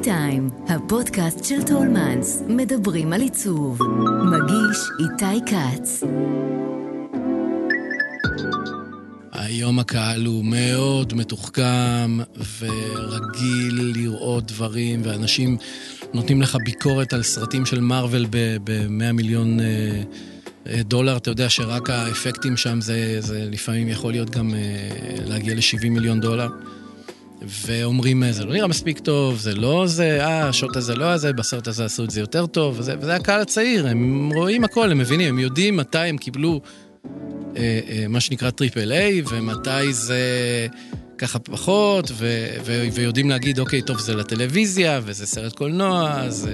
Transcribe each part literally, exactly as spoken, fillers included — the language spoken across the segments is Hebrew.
טיים, הפודקאסט של טולמנס, מדברים על עיצוב. מגיש איתי קץ. היום הקהל הוא מאוד מתוחכם ורגיל לראות דברים, ואנשים נותנים לך ביקורת על סרטים של מארוול ב-מאה מיליון דולר. אתה יודע שרק האפקטים שם זה, זה לפעמים יכול להיות גם להגיע ל-שבעים מיליון דולר. ואומרים, זה לא נראה מספיק טוב, זה לא זה, אה, השוט הזה לא הזה, בסרט הזה עשו את זה יותר טוב, וזה, וזה הקהל הצעיר, הם רואים הכל, הם מבינים, הם יודעים מתי הם קיבלו אה, אה, מה שנקרא טריפל איי, ומתי זה ככה פחות, ו- ו- ויודעים להגיד, אוקיי, טוב, זה לטלוויזיה, וזה סרט קולנוע, אז...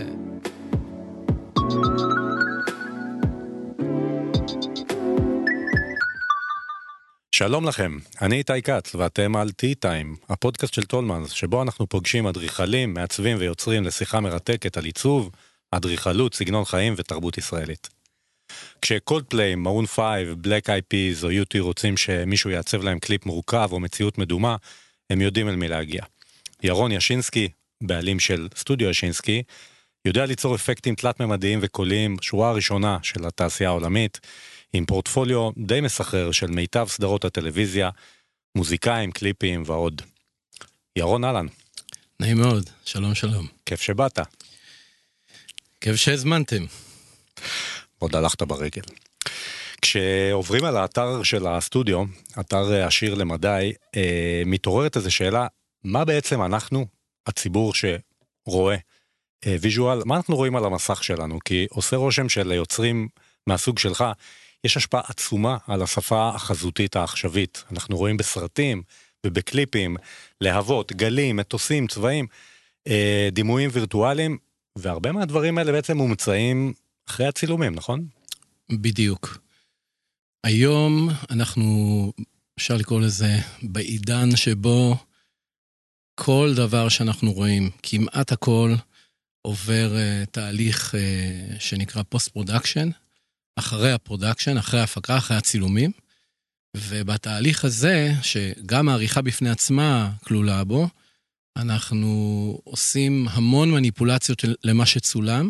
שלום לכם, אני איתי קץ ואתם על טי טיים, הפודקאסט של טולמנס, שבו אנחנו פוגשים אדריכלים, מעצבים ויוצרים לשיחה מרתקת על עיצוב, אדריכלות, סגנון חיים ותרבות ישראלית. כשקולדפליי, מרון פייב, בלק איי פיז או יוטי רוצים שמישהו יעצב להם קליפ מורכב או מציאות מדומה, הם יודעים אל מי להגיע. ירון ישינסקי, בעלים של סטודיו ישינסקי, יודע ליצור אפקטים תלת-ממדיים וקוליים, שורה הראשונה של התעשייה העולמית, עם פורטפוליו די מסחרר של מיטב סדרות הטלוויזיה, מוזיקאים, קליפים ועוד. ירון אלן. נעים מאוד, שלום שלום. כיף שבאת. כיף שהזמנתם. עוד הלכת ברגל. כשעוברים על האתר של הסטודיו, אתר השיר למדי, אה, מתעוררת איזו שאלה, מה בעצם אנחנו, הציבור שרואה אה, ויז'ואל, מה אנחנו רואים על המסך שלנו? כי עושה רושם של יוצרים מהסוג שלך, יש השפעה עצומה על השפה החזותית העכשווית. אנחנו רואים בסרטים ובקליפים, להבות, גלים, מטוסים, צבעים, דימויים וירטואליים, והרבה מהדברים האלה בעצם מומצאים אחרי הצילומים, נכון? בדיוק. היום אנחנו, אפשר לקרוא לזה, בעידן שבו כל דבר שאנחנו רואים, כמעט הכל, עובר uh, תהליך uh, שנקרא פוסט-פרודקשן, אחרי הפרודקשן, אחרי ההפקה, אחרי הצילומים, ובתהליך הזה, שגם העריכה בפני עצמה כלולה בו, אנחנו עושים המון מניפולציות למה שצולם,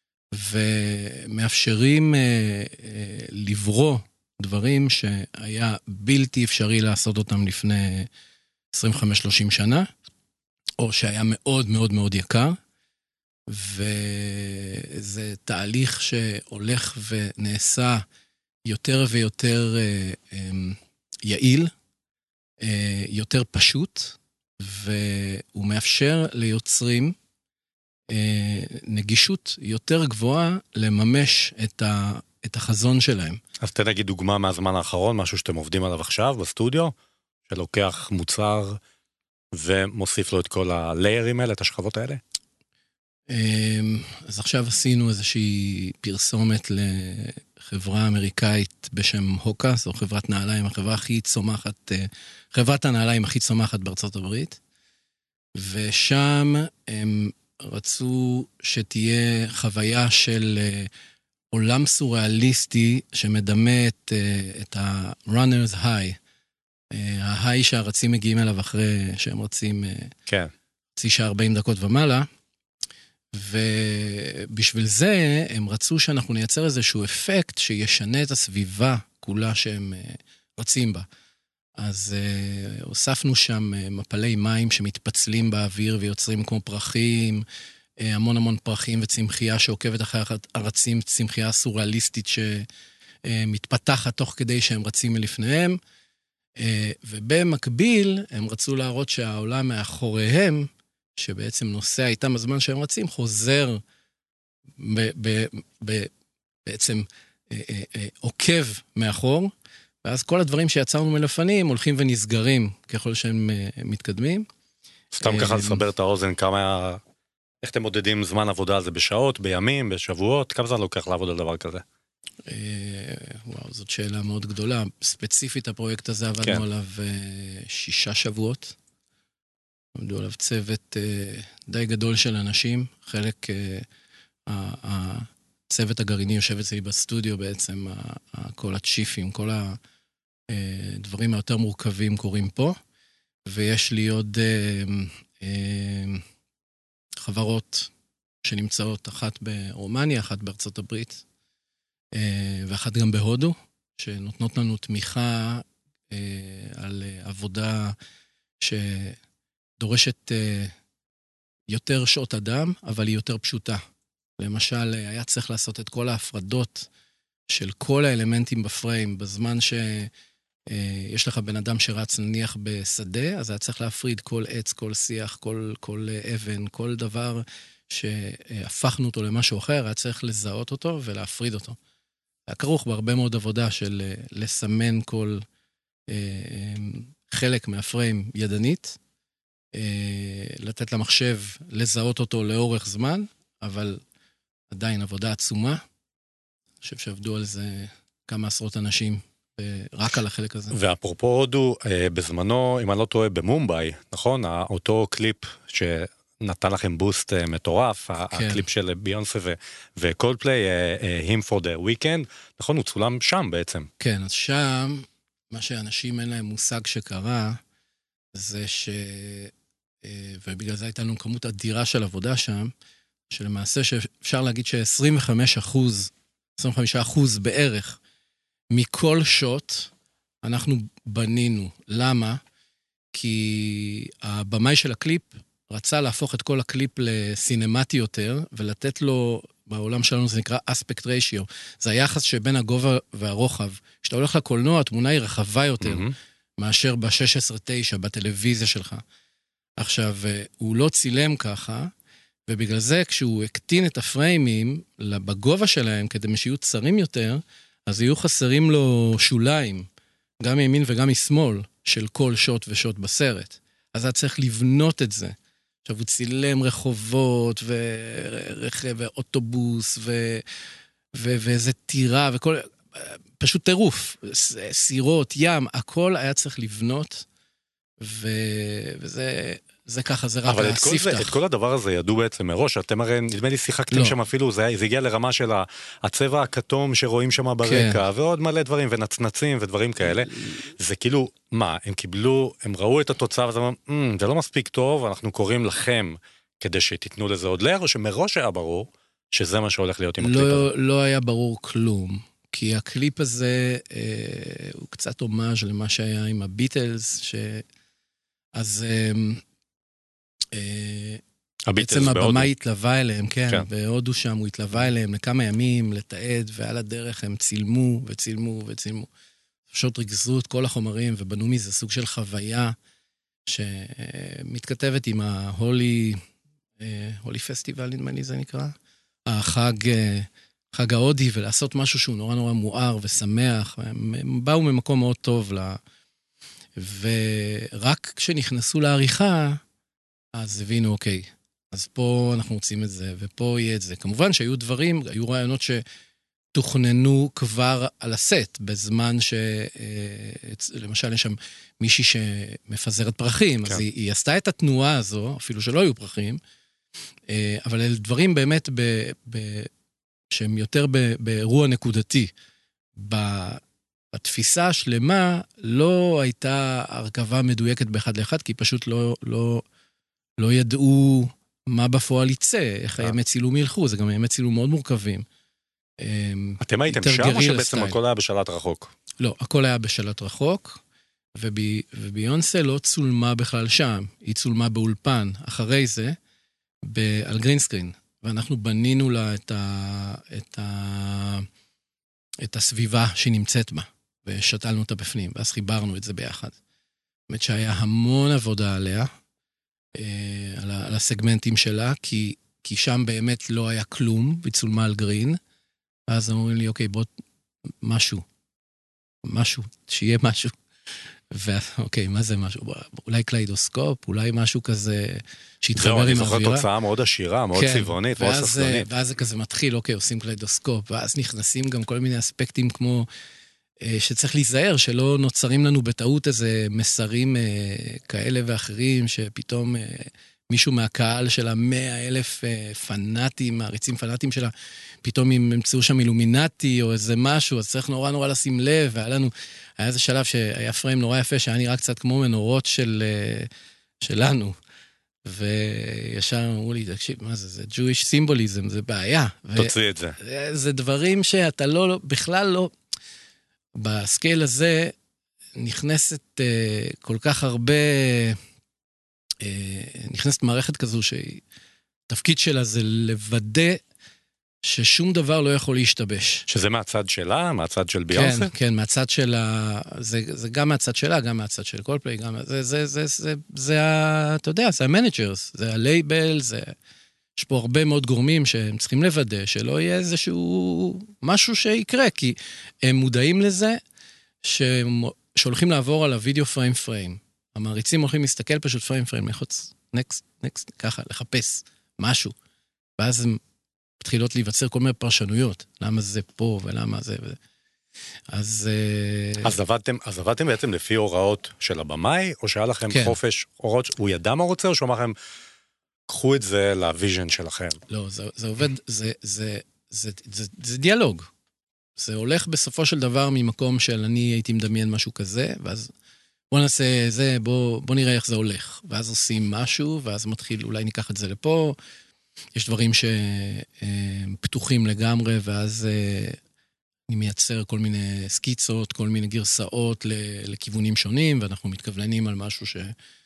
ומאפשרים אה, אה, לברוא דברים שהיה בלתי אפשרי לעשות אותם לפני עשרים וחמש שלושים שנה, או שהיה מאוד מאוד מאוד יקר, וזה תהליך שהולך ונעשה יותר ויותר אה, אה, יעיל, אה, יותר פשוט, והוא מאפשר ליוצרים אה, נגישות יותר גבוהה לממש את, ה, את החזון שלהם. אז תן נגיד דוגמה מהזמן האחרון, משהו שאתם עובדים עליו עכשיו בסטודיו, שלוקח מוצר ומוסיף לו את כל הליירים האלה, את השכבות האלה? אז עכשיו עשינו איזושהי פרסומת לחברה אמריקאית בשם הוקה, זו חברת נעליים, החברה הכי צומחת, חברת הנעליים הכי צומחת בארצות הברית, ושם הם רצו שתהיה חוויה של עולם סוריאליסטי שמדמה את, את ה-runners high, ההיי שהרצים מגיעים אליו אחרי שהם רצים כן. חצי שעה ארבעים דקות ומעלה, ובשביל זה הם רצו שאנחנו נייצר איזשהו אפקט שישנה את הסביבה כולה שהם רצים בה. אז uh, הוספנו שם uh, מפלי מים שמתפצלים באוויר ויוצרים כמו פרחים, uh, המון המון פרחים וצמחייה שעוקבת אחרי הרצים, צמחייה סוריאליסטית שמתפתחת uh, תוך כדי שהם רצים מלפניהם, uh, ובמקביל הם רצו להראות שהעולם מאחוריהם, שבעצם נוסע איתם הזמן שהם רצים, חוזר ב- ב- ב- בעצם אה, אה, אה, עוקב מאחור, ואז כל הדברים שיצרנו מלפנים הולכים ונסגרים ככל שהם אה, מתקדמים. סתם אה, ככה לסבר את האוזן, כמה, איך אתם מודדים זמן עבודה על זה בשעות, בימים, בשבועות, כמה זמן לוקח לעבוד על דבר כזה? אה, וואו, זאת שאלה מאוד גדולה. ספציפית הפרויקט הזה עבדנו כן. עליו אה, שישה שבועות. עמדו עליו צוות uh, די גדול של אנשים, חלק, uh, הצוות הגרעיני יושב אצלי בסטודיו בעצם, uh, uh, כל הצ'יפים, כל הדברים uh, היותר מורכבים קורים פה, ויש לי עוד uh, uh, חברות שנמצאות, אחת ברומניה, אחת בארצות הברית, ואחת גם בהודו, שנותנות לנו תמיכה על עבודה שדורשת יותר שעות אדם, אבל היא יותר פשוטה. למשל, היה צריך לעשות את כל ההפרדות של כל האלמנטים בפריים, בזמן שיש לך בן אדם שרץ נניח בשדה, אז היה צריך להפריד כל עץ, כל שיח, כל, כל אבן, כל דבר שהפכנו אותו למשהו אחר, היה צריך לזהות אותו ולהפריד אותו. היה כרוך בהרבה מאוד עבודה של לסמן כל חלק מהפריים ידנית, לתת למחשב לזהות אותו לאורך זמן, אבל עדיין עבודה עצומה. אני חושב שעבדו על זה כמה עשרות אנשים, רק על החלק הזה. ואפרופו הודו, בזמנו, אם אני לא טועה, במומביי, נכון? אותו קליפ שנתן לכם בוסט מטורף, כן. הקליפ של ביונסה וקולדפליי, Him for the Weekend, נכון? הוא צולם שם בעצם. כן, אז שם, מה שאנשים אין להם מושג שקרה, זה ש... ובגלל זה הייתה לנו כמות אדירה של עבודה שם, שלמעשה שאפשר להגיד ש-עשרים וחמישה אחוז, עשרים וחמישה אחוז בערך, מכל שוט אנחנו בנינו. למה? כי הבמאי של הקליפ רצה להפוך את כל הקליפ לסינמטי יותר, ולתת לו, בעולם שלנו זה נקרא aspect ratio, זה היחס שבין הגובה והרוחב. כשאתה הולך לקולנוע, התמונה היא רחבה יותר, mm-hmm. מאשר ב-שש עשרה תשע, בטלוויזיה שלך. עכשיו, הוא לא צילם ככה, ובגלל זה כשהוא הקטין את הפריימים בגובה שלהם, כדי שיהיו צרים יותר, אז יהיו חסרים לו שוליים, גם מימין וגם משמאל, של כל שוט ושוט בסרט. אז היה צריך לבנות את זה. עכשיו, הוא צילם רחובות, ורכב, ואוטובוס, ו... ו... ואיזה טירה, וכל... פשוט טירוף. סירות, ים, הכל היה צריך לבנות, ו... וזה... זה ככה, זה רק הספתח. אבל את כל הדבר הזה ידעו בעצם מראש, אתם הרי, נדמה לי, שיחקתם שם אפילו, זה הגיע לרמה של הצבע הכתום שרואים שם ברקע, ועוד מלא דברים, ונצנצים ודברים כאלה. זה כאילו, מה, הם קיבלו, הם ראו את התוצאה, וזה אמרו, זה לא מספיק טוב, אנחנו קוראים לכם כדי שתיתנו לזה עוד לר, או שמראש היה ברור שזה מה שהולך להיות עם הקליפ הזה? לא היה ברור כלום, כי הקליפ הזה הוא קצת הומאז' למה שהיה עם הביטלס, אז... בעצם הבמה התלווה אליהם, כן, בהודו שם הוא התלווה אליהם לכמה ימים, לתעד, ועל הדרך הם צילמו וצילמו וצילמו. פשוט ריכזו את כל החומרים ובנו מזה סוג של חוויה שמתכתבת עם ההולי, הולי פסטיבל, נדמה לי זה נקרא, החג, חג ההודי, ולעשות משהו שהוא נורא נורא מואר ושמח, הם באו ממקום מאוד טוב לה, ורק כשנכנסו לעריכה, אז הבינו, אוקיי, אז פה אנחנו רוצים את זה, ופה יהיה את זה. כמובן שהיו דברים, היו רעיונות שתוכננו כבר על הסט, בזמן ש... למשל, יש שם מישהי שמפזרת פרחים, כן. אז היא, היא עשתה את התנועה הזו, אפילו שלא היו פרחים, אבל אלה דברים באמת ב... ב... שהם יותר ב... באירוע נקודתי. בתפיסה השלמה לא הייתה הרכבה מדויקת באחד לאחד, כי פשוט לא... לא לא ידעו מה בפועל יצא, איך הימי צילום ילכו, זה גם הימי צילום מאוד מורכבים. אתם הייתם שם או שבעצם הכל היה בשלט רחוק? לא, הכל היה בשלט רחוק, וביונסה לא צולמה בכלל שם, היא צולמה באולפן, אחרי זה, על גרינסקרין, ואנחנו בנינו לה את, ה, את, ה, את הסביבה שהיא נמצאת בה, ושתלנו אותה בפנים, ואז חיברנו את זה ביחד. באמת שהיה המון עבודה עליה, על, על הסגמנטים שלה, כי, כי שם באמת לא היה כלום, וצולמה על גרין, ואז אומרים לי, אוקיי, בוא, משהו, משהו, שיהיה משהו, ואוקיי, מה זה משהו? אולי קליידוסקופ, אולי משהו כזה, שיתחבר עם האווירה. זהו, אני זוכר תוצאה מאוד עשירה, מאוד כן, צבעונית, מאוד ססגונית. ואז זה כזה מתחיל, אוקיי, עושים קליידוסקופ, ואז נכנסים גם כל מיני אספקטים כמו, שצריך להיזהר, שלא נוצרים לנו בטעות איזה מסרים כאלה ואחרים, שפתאום מישהו מהקהל של המאה אלף פנאטים, מעריצים פנאטים שלה, פתאום אם ימצאו שם אילומינטי או איזה משהו, אז צריך נורא נורא לשים לב, והיה לנו, היה איזה שלב שהיה פריים נורא יפה, שהיה נראה קצת כמו מנורות של, שלנו, וישר אמרו לי, תקשיב, מה זה? זה Jewish symbolism, זה בעיה. תוציא את זה. זה דברים שאתה לא, בכלל לא, בסקייל הזה נכנסת uh, כל כך הרבה, uh, נכנסת מערכת כזו שתפקיד שלה זה לוודא ששום דבר לא יכול להשתבש. שזה מהצד שלה, מהצד של ביונסה? כן, כן, מהצד שלה, זה, זה גם מהצד שלה, גם מהצד של קולפליי, גם, זה, זה, זה, זה, זה, ה, אתה יודע, זה המנג'רס, זה הלייבל, זה, יש פה הרבה מאוד גורמים שהם צריכים לוודא שלא יהיה איזשהו משהו שיקרה, כי הם מודעים לזה שהם, שהולכים לעבור על הוידאו פריים פריים. המעריצים הולכים להסתכל פשוט פריים פריים, לחוץ, נקסט, נקסט, ככה, לחפש משהו. ואז הם מתחילות להיווצר כל מיני פרשנויות, למה זה פה ולמה זה. אז... אז עבדתם, אז עבדתם בעצם לפי הוראות של הבמאי, או שהיה לכם כן. חופש הוראות, הוא ידע מה רוצה, או שהוא אמר לכם, קחו את זה לוויז'ן שלכם? לא, זה, זה עובד, זה, זה, זה, זה, זה דיאלוג. זה הולך בסופו של דבר ממקום של אני הייתי מדמיין משהו כזה, ואז בוא נעשה זה, בוא, בוא נראה איך זה הולך. ואז עושים משהו, ואז מתחיל, אולי ניקח את זה לפה, יש דברים שפתוחים לגמרי, ואז אני מייצר כל מיני סקיצות, כל מיני גרסאות לכיוונים שונים, ואנחנו מתכווננים על משהו ש...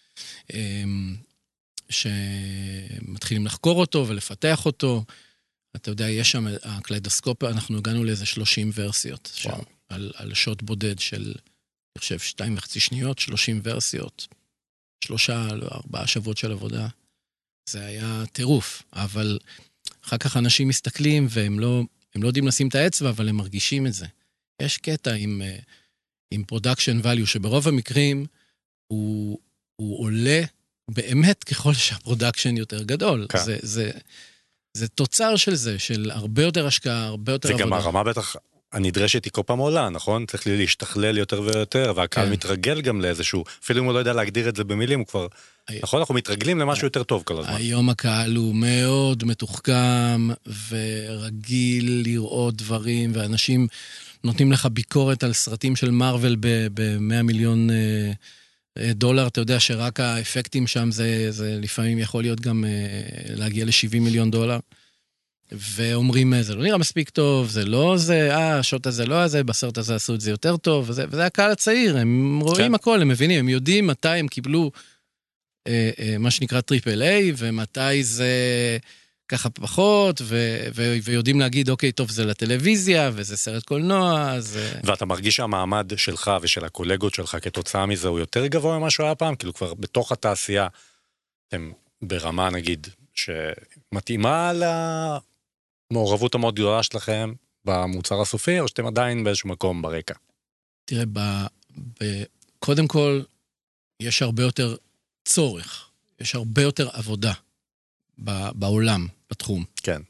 שמתחילים לחקור אותו ולפתח אותו. אתה יודע, יש שם הקליידוסקופ, אנחנו הגענו לאיזה שלושים ורסיות, שם, על, על שוט בודד של, אני חושב, שתיים וחצי שניות, שלושים ורסיות, שלושה, ארבעה שבועות של עבודה. זה היה טירוף, אבל אחר כך אנשים מסתכלים, והם לא, הם לא יודעים לשים את האצבע, אבל הם מרגישים את זה. יש קטע עם, עם production value, שברוב המקרים הוא, הוא עולה באמת ככל שהפרודקשן יותר גדול. כן. זה, זה, זה תוצר של זה, של הרבה יותר השקעה, הרבה יותר עבודה. וגם הרמה בטח הנדרשת היא כל פעם עולה, נכון? צריך להשתכלל יותר ויותר, והקהל כן. מתרגל גם לאיזשהו, אפילו אם הוא לא יודע להגדיר את זה במילים, הוא כבר, הי... נכון? אנחנו מתרגלים למשהו יותר טוב כל הזמן. היום הקהל הוא מאוד מתוחכם, ורגיל לראות דברים, ואנשים נותנים לך ביקורת על סרטים של מרוול ב-מאה מיליון דולר, אתה יודע שרק האפקטים שם, זה, זה לפעמים יכול להיות גם להגיע ל-שבעים מיליון דולר. ואומרים, זה לא נראה מספיק טוב, זה לא זה, אה, השוט הזה לא הזה, בסרט הזה עשו את זה יותר טוב, וזה, וזה הקהל הצעיר, הם רואים כן. הכל, הם מבינים, הם יודעים מתי הם קיבלו אה, אה, מה שנקרא טריפל איי, ומתי זה ככה פחות, ו, ו, ויודעים להגיד, אוקיי, טוב, זה לטלוויזיה, וזה סרט קולנוע, אז... ואתה מרגיש שהמעמד שלך ושל הקולגות שלך כתוצאה מזה הוא יותר גבוה ממה שהוא היה פעם? כאילו כבר בתוך התעשייה, הם ברמה, נגיד, שמתאימה ל... מעורבות המאוד גדולה שלכם במוצר הסופי, או שאתם עדיין באיזשהו מקום ברקע? תראה, ב, ב, קודם כל, יש הרבה יותר צורך, יש הרבה יותר עבודה ב, בעולם, בתחום. כן.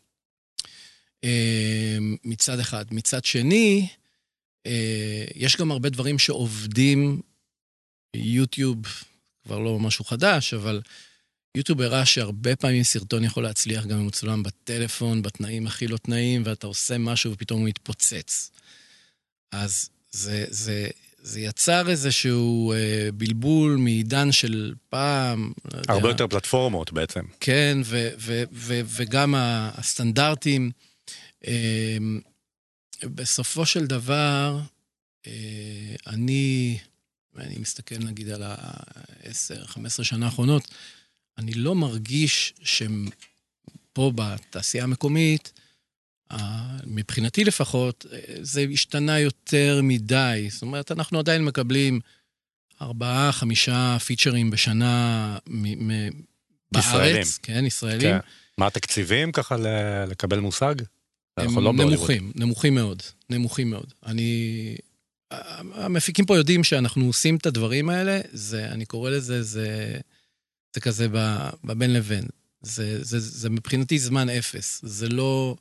מצד אחד. מצד שני, יש גם הרבה דברים שעובדים, יוטיוב, כבר לא משהו חדש, אבל... יוטיוב הראה שהרבה פעמים סרטון יכול להצליח גם אם הוא צולם בטלפון, בתנאים הכי לא תנאים, ואתה עושה משהו ופתאום הוא מתפוצץ. אז זה, זה, זה יצר איזשהו אה, בלבול מעידן של פעם. הרבה יודע, יותר פלטפורמות בעצם. כן, ו, ו, ו, וגם הסטנדרטים. אה, בסופו של דבר, אה, אני, אני מסתכל נגיד על ה-עשר חמש עשרה שנה האחרונות, אני לא מרגיש שפה בתעשייה המקומית, מבחינתי לפחות, זה השתנה יותר מדי. זאת אומרת, אנחנו עדיין מקבלים ארבעה, חמישה פיצ'רים בשנה בארץ. כן, ישראלים. מה התקציבים ככה לקבל מושג? הם נמוכים, נמוכים מאוד, נמוכים מאוד. אני... המפיקים פה יודעים שאנחנו עושים את הדברים האלה, זה, אני קורא לזה, זה... זה כזה בבין לבין. זה, זה, זה מבחינתי זמן אפס. זה לא...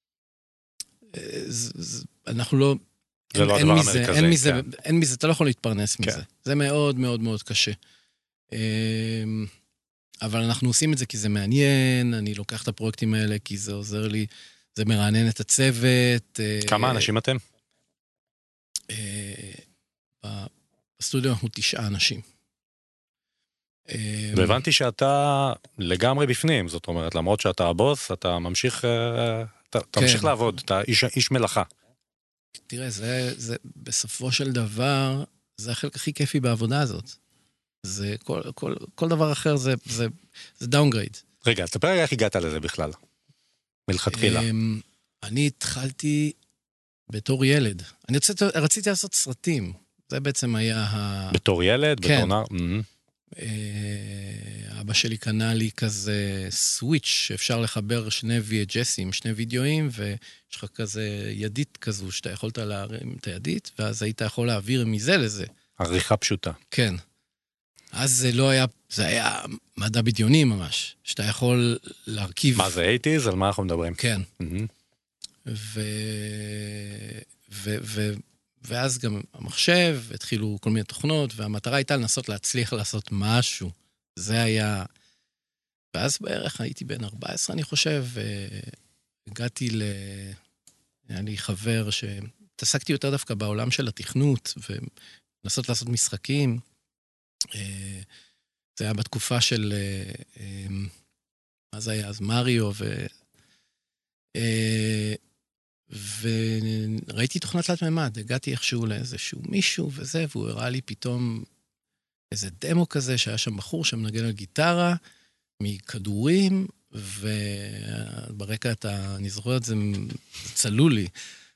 זה, זה, אנחנו לא... זה אין, לא הדבר המרכזי. אין, אין מזה, כן. אין מזה, אתה לא יכול להתפרנס כן. מזה. זה מאוד מאוד מאוד קשה. אבל אנחנו עושים את זה כי זה מעניין, אני לוקח את הפרויקטים האלה כי זה עוזר לי, זה מרענן את הצוות. כמה אנשים אתם? בסטודיו אנחנו תשעה אנשים. והבנתי שאתה לגמרי בפנים, זאת אומרת, למרות שאתה הבוס, אתה ממשיך, אתה ממשיך לעבוד, אתה איש מלאכה. תראה, זה, זה, בסופו של דבר, זה החלק הכי כיפי בעבודה הזאת. זה, כל, כל, כל דבר אחר זה, זה, זה דאונגרייד. רגע, תספר רגע איך הגעת לזה בכלל, מלכתחילה. אני התחלתי בתור ילד. אני רציתי, רציתי לעשות סרטים. זה בעצם היה ה... בתור ילד? כן. בתור נער? אבא שלי קנה לי כזה סוויץ' שאפשר לחבר שני וי אייץ' אסים, שני וידאוים, ויש לך כזה ידית כזו, שאתה יכולת להרים את הידית, ואז היית יכול להעביר מזה לזה. עריכה פשוטה. כן. אז זה לא היה, זה היה מדע בדיוני ממש, שאתה יכול להרכיב... מה זה, אייטיז? על מה אנחנו מדברים? כן. ו... ו... ו... ואז גם המחשב, התחילו כל מיני תוכנות, והמטרה הייתה לנסות להצליח לעשות משהו. זה היה... ואז בערך הייתי בן ארבע עשרה, אני חושב, והגעתי ל... היה לי חבר שהתעסקתי יותר דווקא בעולם של התכנות, ולנסות לעשות משחקים. זה היה בתקופה של... מה זה היה? אז מריו ו... וראיתי תוכנת תלת ממד, הגעתי איכשהו לאיזשהו מישהו וזה, והוא הראה לי פתאום איזה דמו כזה, שהיה שם בחור שמנגן על גיטרה, מכדורים, וברקע אתה, אני זוכר את זה, צלו לי,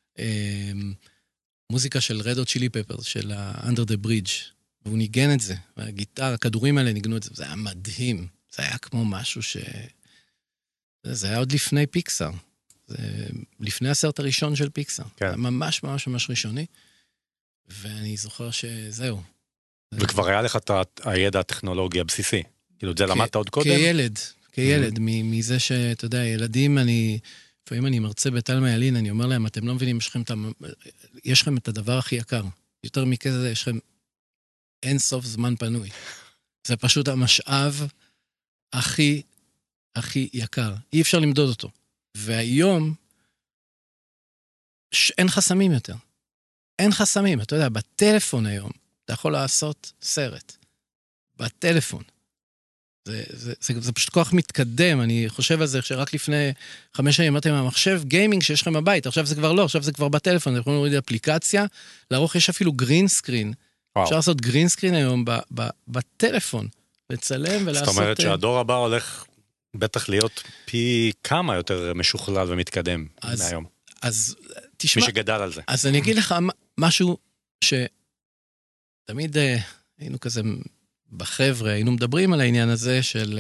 מוזיקה של Red Hot Chili Peppers, של Under the Bridge, והוא ניגן את זה, והגיטרה, הכדורים האלה ניגנו את זה, זה היה מדהים, זה היה כמו משהו ש... זה היה עוד לפני פיקסאר. זה לפני הסרט הראשון של פיקסאר. כן. זה ממש ממש ממש ראשוני, ואני זוכר שזהו. וכבר היה לך את הידע הטכנולוגי הבסיסי. כאילו, את זה למדת עוד קודם? כילד, כילד, מזה שאתה יודע, ילדים, אני, לפעמים אני מרצה בתלמה ילין, אני אומר להם, אתם לא מבינים, יש לכם את הדבר הכי יקר. יותר מכזה, יש לכם אין סוף זמן פנוי. זה פשוט המשאב הכי, הכי יקר. אי אפשר למדוד אותו. והיום, אין חסמים יותר. אין חסמים. אתה יודע, בטלפון היום, אתה יכול לעשות סרט. בטלפון. זה, זה, זה, זה פשוט כוח מתקדם. אני חושב על זה, שרק לפני חמש שנים אמרתם מהמחשב, גיימינג שיש לכם בבית. עכשיו זה כבר לא, עכשיו זה כבר בטלפון. אנחנו יכולים להוריד אפליקציה, לערוך יש אפילו גרין סקרין. וואו. אפשר לעשות גרין סקרין היום ב, ב, בטלפון. לצלם ולעשות... זאת אומרת שהדור הבא הולך... בטח להיות פי כמה יותר משוכלל ומתקדם אז, מהיום. אז תשמע... מי שגדל על זה. אז אני אגיד לך משהו שתמיד היינו כזה בחבר'ה, היינו מדברים על העניין הזה של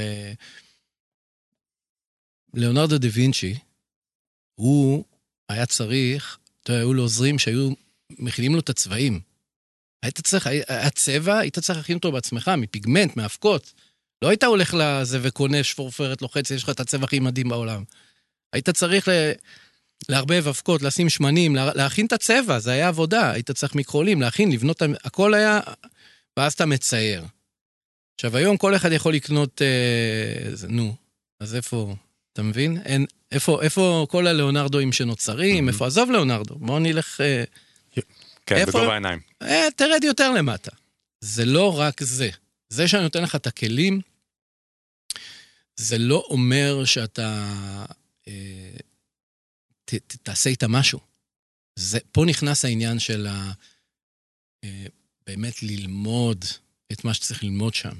ליאונרדו דה וינצ'י, הוא היה צריך, היו לו עוזרים שהיו מכינים לו את הצבעים. היית צריך, היה צבע, היית צריך להכין אותו בעצמך, מפיגמנט, מאבקות. לא היית הולך לזה וקונה שפורפרת לוחץ, יש לך את הצבע הכי מדהים בעולם. היית צריך ל... להרבב אבקות, לשים שמנים, לה... להכין את הצבע, זה היה עבודה, היית צריך מיקרולים, להכין, לבנות, הכל היה, ואז אתה מצייר. עכשיו, היום כל אחד יכול לקנות, אה... זה, נו, אז איפה, אתה מבין? אין, איפה, איפה כל הלאונרדוים שנוצרים, איפה, עזוב לאונרדו, בואו נלך... אה... כן, איפה... בגובה העיניים. אה, תרד יותר למטה. זה לא רק זה. זה שאני נותן לך את הכלים, זה לא אומר שאתה אה, ת, ת, תעשה איתה משהו. זה, פה נכנס העניין של ה, אה, באמת ללמוד את מה שצריך ללמוד שם.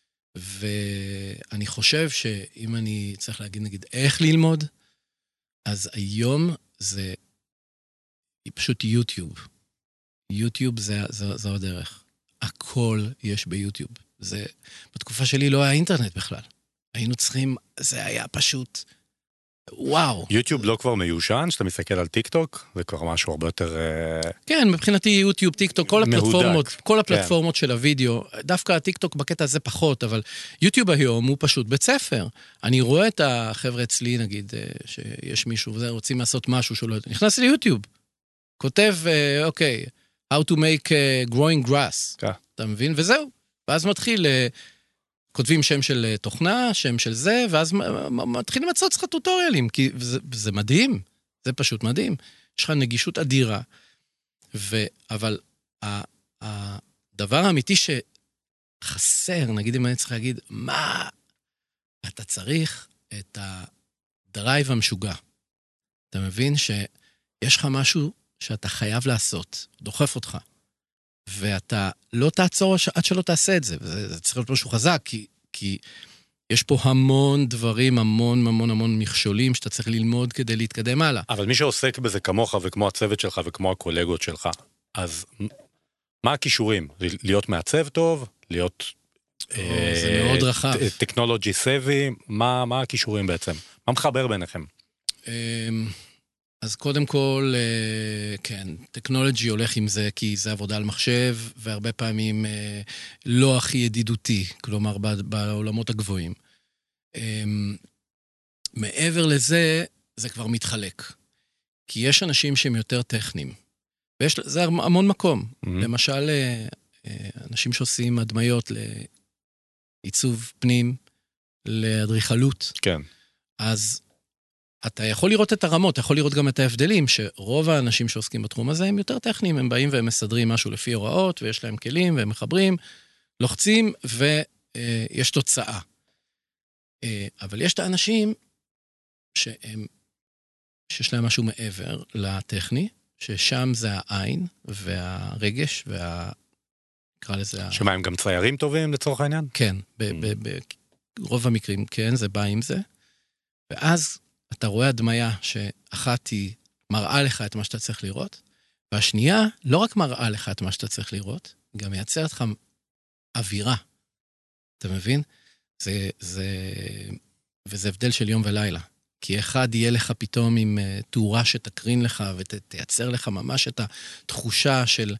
ואני חושב שאם אני צריך להגיד, נגיד, איך ללמוד, אז היום זה פשוט יוטיוב. יוטיוב זה, זה, זה הדרך. הכל יש ביוטיוב. זה, בתקופה שלי לא היה אינטרנט בכלל. היינו צריכים, זה היה פשוט, וואו. יוטיוב לא כבר מיושן, שאתה מסתכל על טיק טוק, זה כבר משהו הרבה יותר... כן, מבחינתי יוטיוב, טיק טוק, כל הפלטפורמות, כל הפלטפורמות של הוידאו, דווקא הטיק טוק בקטע הזה פחות, אבל יוטיוב היום הוא פשוט בית ספר. אני רואה את החבר'ה אצלי, נגיד, שיש מישהו וזה, רוצים לעשות משהו שהוא לא... נכנס ליוטיוב, כותב, אוקיי, how to make growing grass. כן. אתה מבין? וזהו. ואז מתחיל... כותבים שם של תוכנה, שם של זה, ואז מתחילים לעשות לך טוטוריאלים, כי זה, זה מדהים, זה פשוט מדהים. יש לך נגישות אדירה, ו, אבל הדבר האמיתי חסר, נגיד אם אני צריך להגיד, מה? אתה צריך את הדרייב המשוגע. אתה מבין שיש לך משהו שאתה חייב לעשות, דוחף אותך, ואתה לא תעצור עד שלא תעשה את זה, וזה זה צריך להיות משהו חזק, כי, כי יש פה המון דברים, המון המון המון מכשולים, שאתה צריך ללמוד כדי להתקדם הלאה. אבל מי שעוסק בזה כמוך, וכמו הצוות שלך, וכמו הקולגות שלך, אז מה הכישורים? להיות מעצב טוב? להיות... זה מאוד רחב. טכנולוגי סבי? מה, מה הכישורים בעצם? מה מחבר ביניכם? אז קודם כל, כן, טכנולוגי הולך עם זה, כי זה עבודה על מחשב, והרבה פעמים לא הכי ידידותי, כלומר, בעולמות הגבוהים. מעבר לזה, זה כבר מתחלק. כי יש אנשים שהם יותר טכניים. ויש לזה המון מקום. Mm-hmm. למשל, אנשים שעושים הדמיות לעיצוב פנים, לאדריכלות. כן. אז אתה יכול לראות את הרמות, אתה יכול לראות גם את ההבדלים, שרוב האנשים שעוסקים בתחום הזה הם יותר טכניים, הם באים והם מסדרים משהו לפי הוראות, ויש להם כלים, והם מחברים, לוחצים, ויש תוצאה. אבל יש את האנשים שהם, שיש להם משהו מעבר לטכני, ששם זה העין, והרגש, וה... נקרא לזה... שמה, הם גם ציירים טובים לצורך העניין? כן, ברוב המקרים כן, זה בא עם זה. ואז אתה רואה הדמיה שאחת היא מראה לך את מה שאתה צריך לראות, והשנייה לא רק מראה לך את מה שאתה צריך לראות, גם מייצרת לך אווירה. אתה מבין? זה, זה... וזה הבדל של יום ולילה. כי אחד יהיה לך פתאום עם תאורה שתקרין לך, ותייצר לך ממש את התחושה של,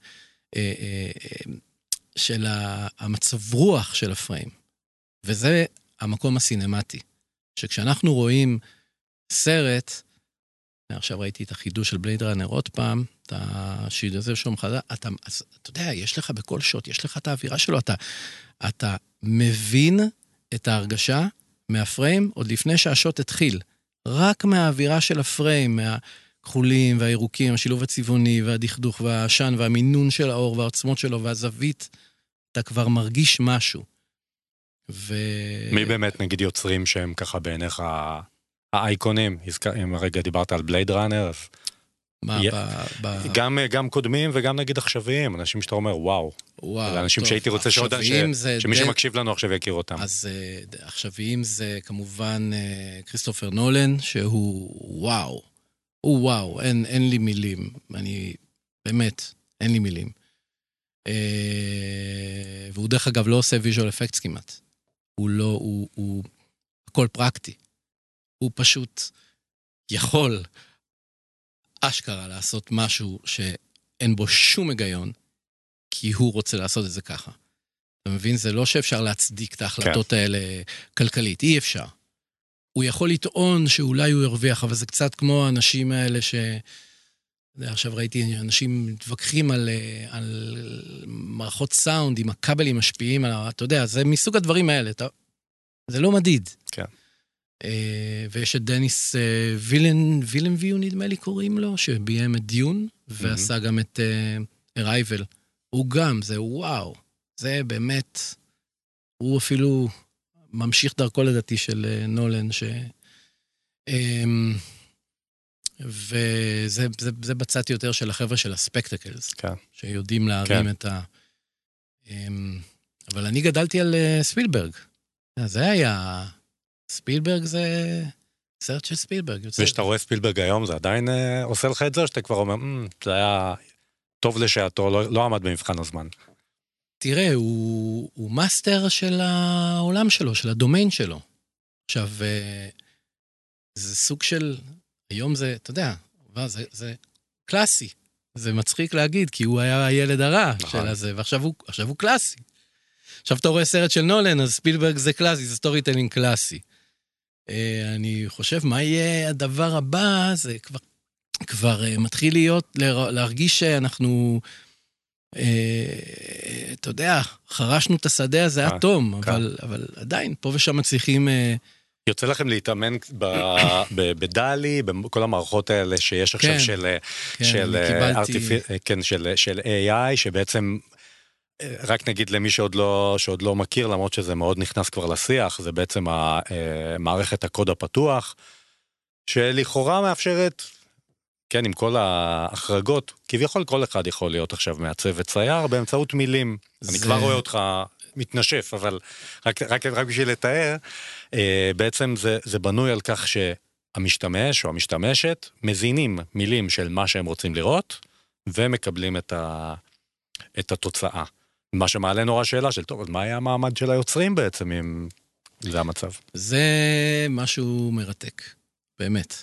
של המצב רוח של הפריים. וזה המקום הסינמטי. שכשאנחנו רואים סרט, עכשיו ראיתי את החידוש של בלייד ראנר עוד פעם, את השיד הזה שום חדה, אתה, אתה יודע, יש לך בכל שוט, יש לך את האווירה שלו, אתה, אתה מבין את ההרגשה מהפריים עוד לפני שהשוט התחיל. רק מהאווירה של הפריים, מהכחולים והירוקים, השילוב הצבעוני והדכדוך והעשן והמינון של האור והעוצמות שלו והזווית, אתה כבר מרגיש משהו. ו... מי באמת נגיד יוצרים שהם ככה בעיניך האייקונים? אם הרגע דיברת על בלייד ראנר, אז... מה, י... ב... ב... גם, גם קודמים וגם נגיד עכשוויים, אנשים שאתה אומר וואו. וואו, אנשים טוב, שהייתי רוצה שעוד... ש... שמי ד... שמקשיב לנו עכשיו יכיר אותם. אז uh, עכשוויים זה כמובן uh, כריסטופר נולן, שהוא וואו. הוא וואו, אין, אין לי מילים. אני, באמת, אין לי מילים. Uh, והוא דרך אגב לא עושה ויז'ואל אפקטס כמעט. הוא לא, הוא, הוא, הכל פרקטי. הוא פשוט יכול אשכרה לעשות משהו שאין בו שום היגיון, כי הוא רוצה לעשות את זה ככה. אתה מבין? זה לא שאפשר להצדיק את ההחלטות כן. האלה כלכלית, אי אפשר. הוא יכול לטעון שאולי הוא ירוויח, אבל זה קצת כמו האנשים האלה ש... עכשיו ראיתי אנשים מתווכחים על, על מערכות סאונד, עם הכבלים משפיעים, על, אתה יודע, זה מסוג הדברים האלה, אתה, זה לא מדיד. כן. ויש את דניס וילן, וילנביו נדמה לי קוראים לו, שביים את דיון, ועשה גם את Arrival. הוא גם, זה וואו, זה באמת, הוא אפילו ממשיך דרכו לדעתי של נולן, ש... וזה זה, זה בצד יותר של החבר'ה של הספקטקלס, כן. שיודעים להרים כן. את ה... אבל אני גדלתי על ספילברג. זה היה... ספילברג זה... סרט של ספילברג. ושאתה רואה ספילברג היום, זה עדיין עושה לך את זה, או שאתה כבר אומר, זה היה טוב לשעתו, לא, לא עמד במבחן הזמן. תראה, הוא, הוא מאסטר של העולם שלו, של הדומיין שלו. עכשיו, זה סוג של... היום זה, אתה יודע, זה, זה קלאסי. זה מצחיק להגיד, כי הוא היה הילד הרע של הזה, ועכשיו הוא, עכשיו הוא קלאסי. עכשיו אתה רואה סרט של נולן, אז ספילברג זה קלאסי, זה סטורי טלינג קלאסי. אני חושב, מה יהיה הדבר הבא? זה כבר, כבר מתחיל להיות, להרגיש שאנחנו, אתה יודע, חרשנו את השדה הזה אטום, אבל, אבל עדיין, פה ושם מצליחים... יוצא לכם להתאמן בדלי, בכל המערכות האלה שיש עכשיו של, של, של איי איי, שבעצם רק נגיד למי שעוד לא, שעוד לא מכיר, למרות שזה מאוד נכנס כבר לשיח, זה בעצם מערכת הקוד הפתוח, שלכאורה מאפשרת, כן, עם כל ההחרגות, כביכול כל אחד יכול להיות עכשיו מעצב וצייר באמצעות מילים. זה... אני כבר רואה אותך מתנשף, אבל רק, רק, רק בשביל לתאר, בעצם זה, זה בנוי על כך שהמשתמש או המשתמשת מזינים מילים של מה שהם רוצים לראות, ומקבלים את, ה, את התוצאה. מה שמעלה נורא שאלה של, טוב, אז מה היה המעמד של היוצרים בעצם, אם זה המצב? זה משהו מרתק, באמת.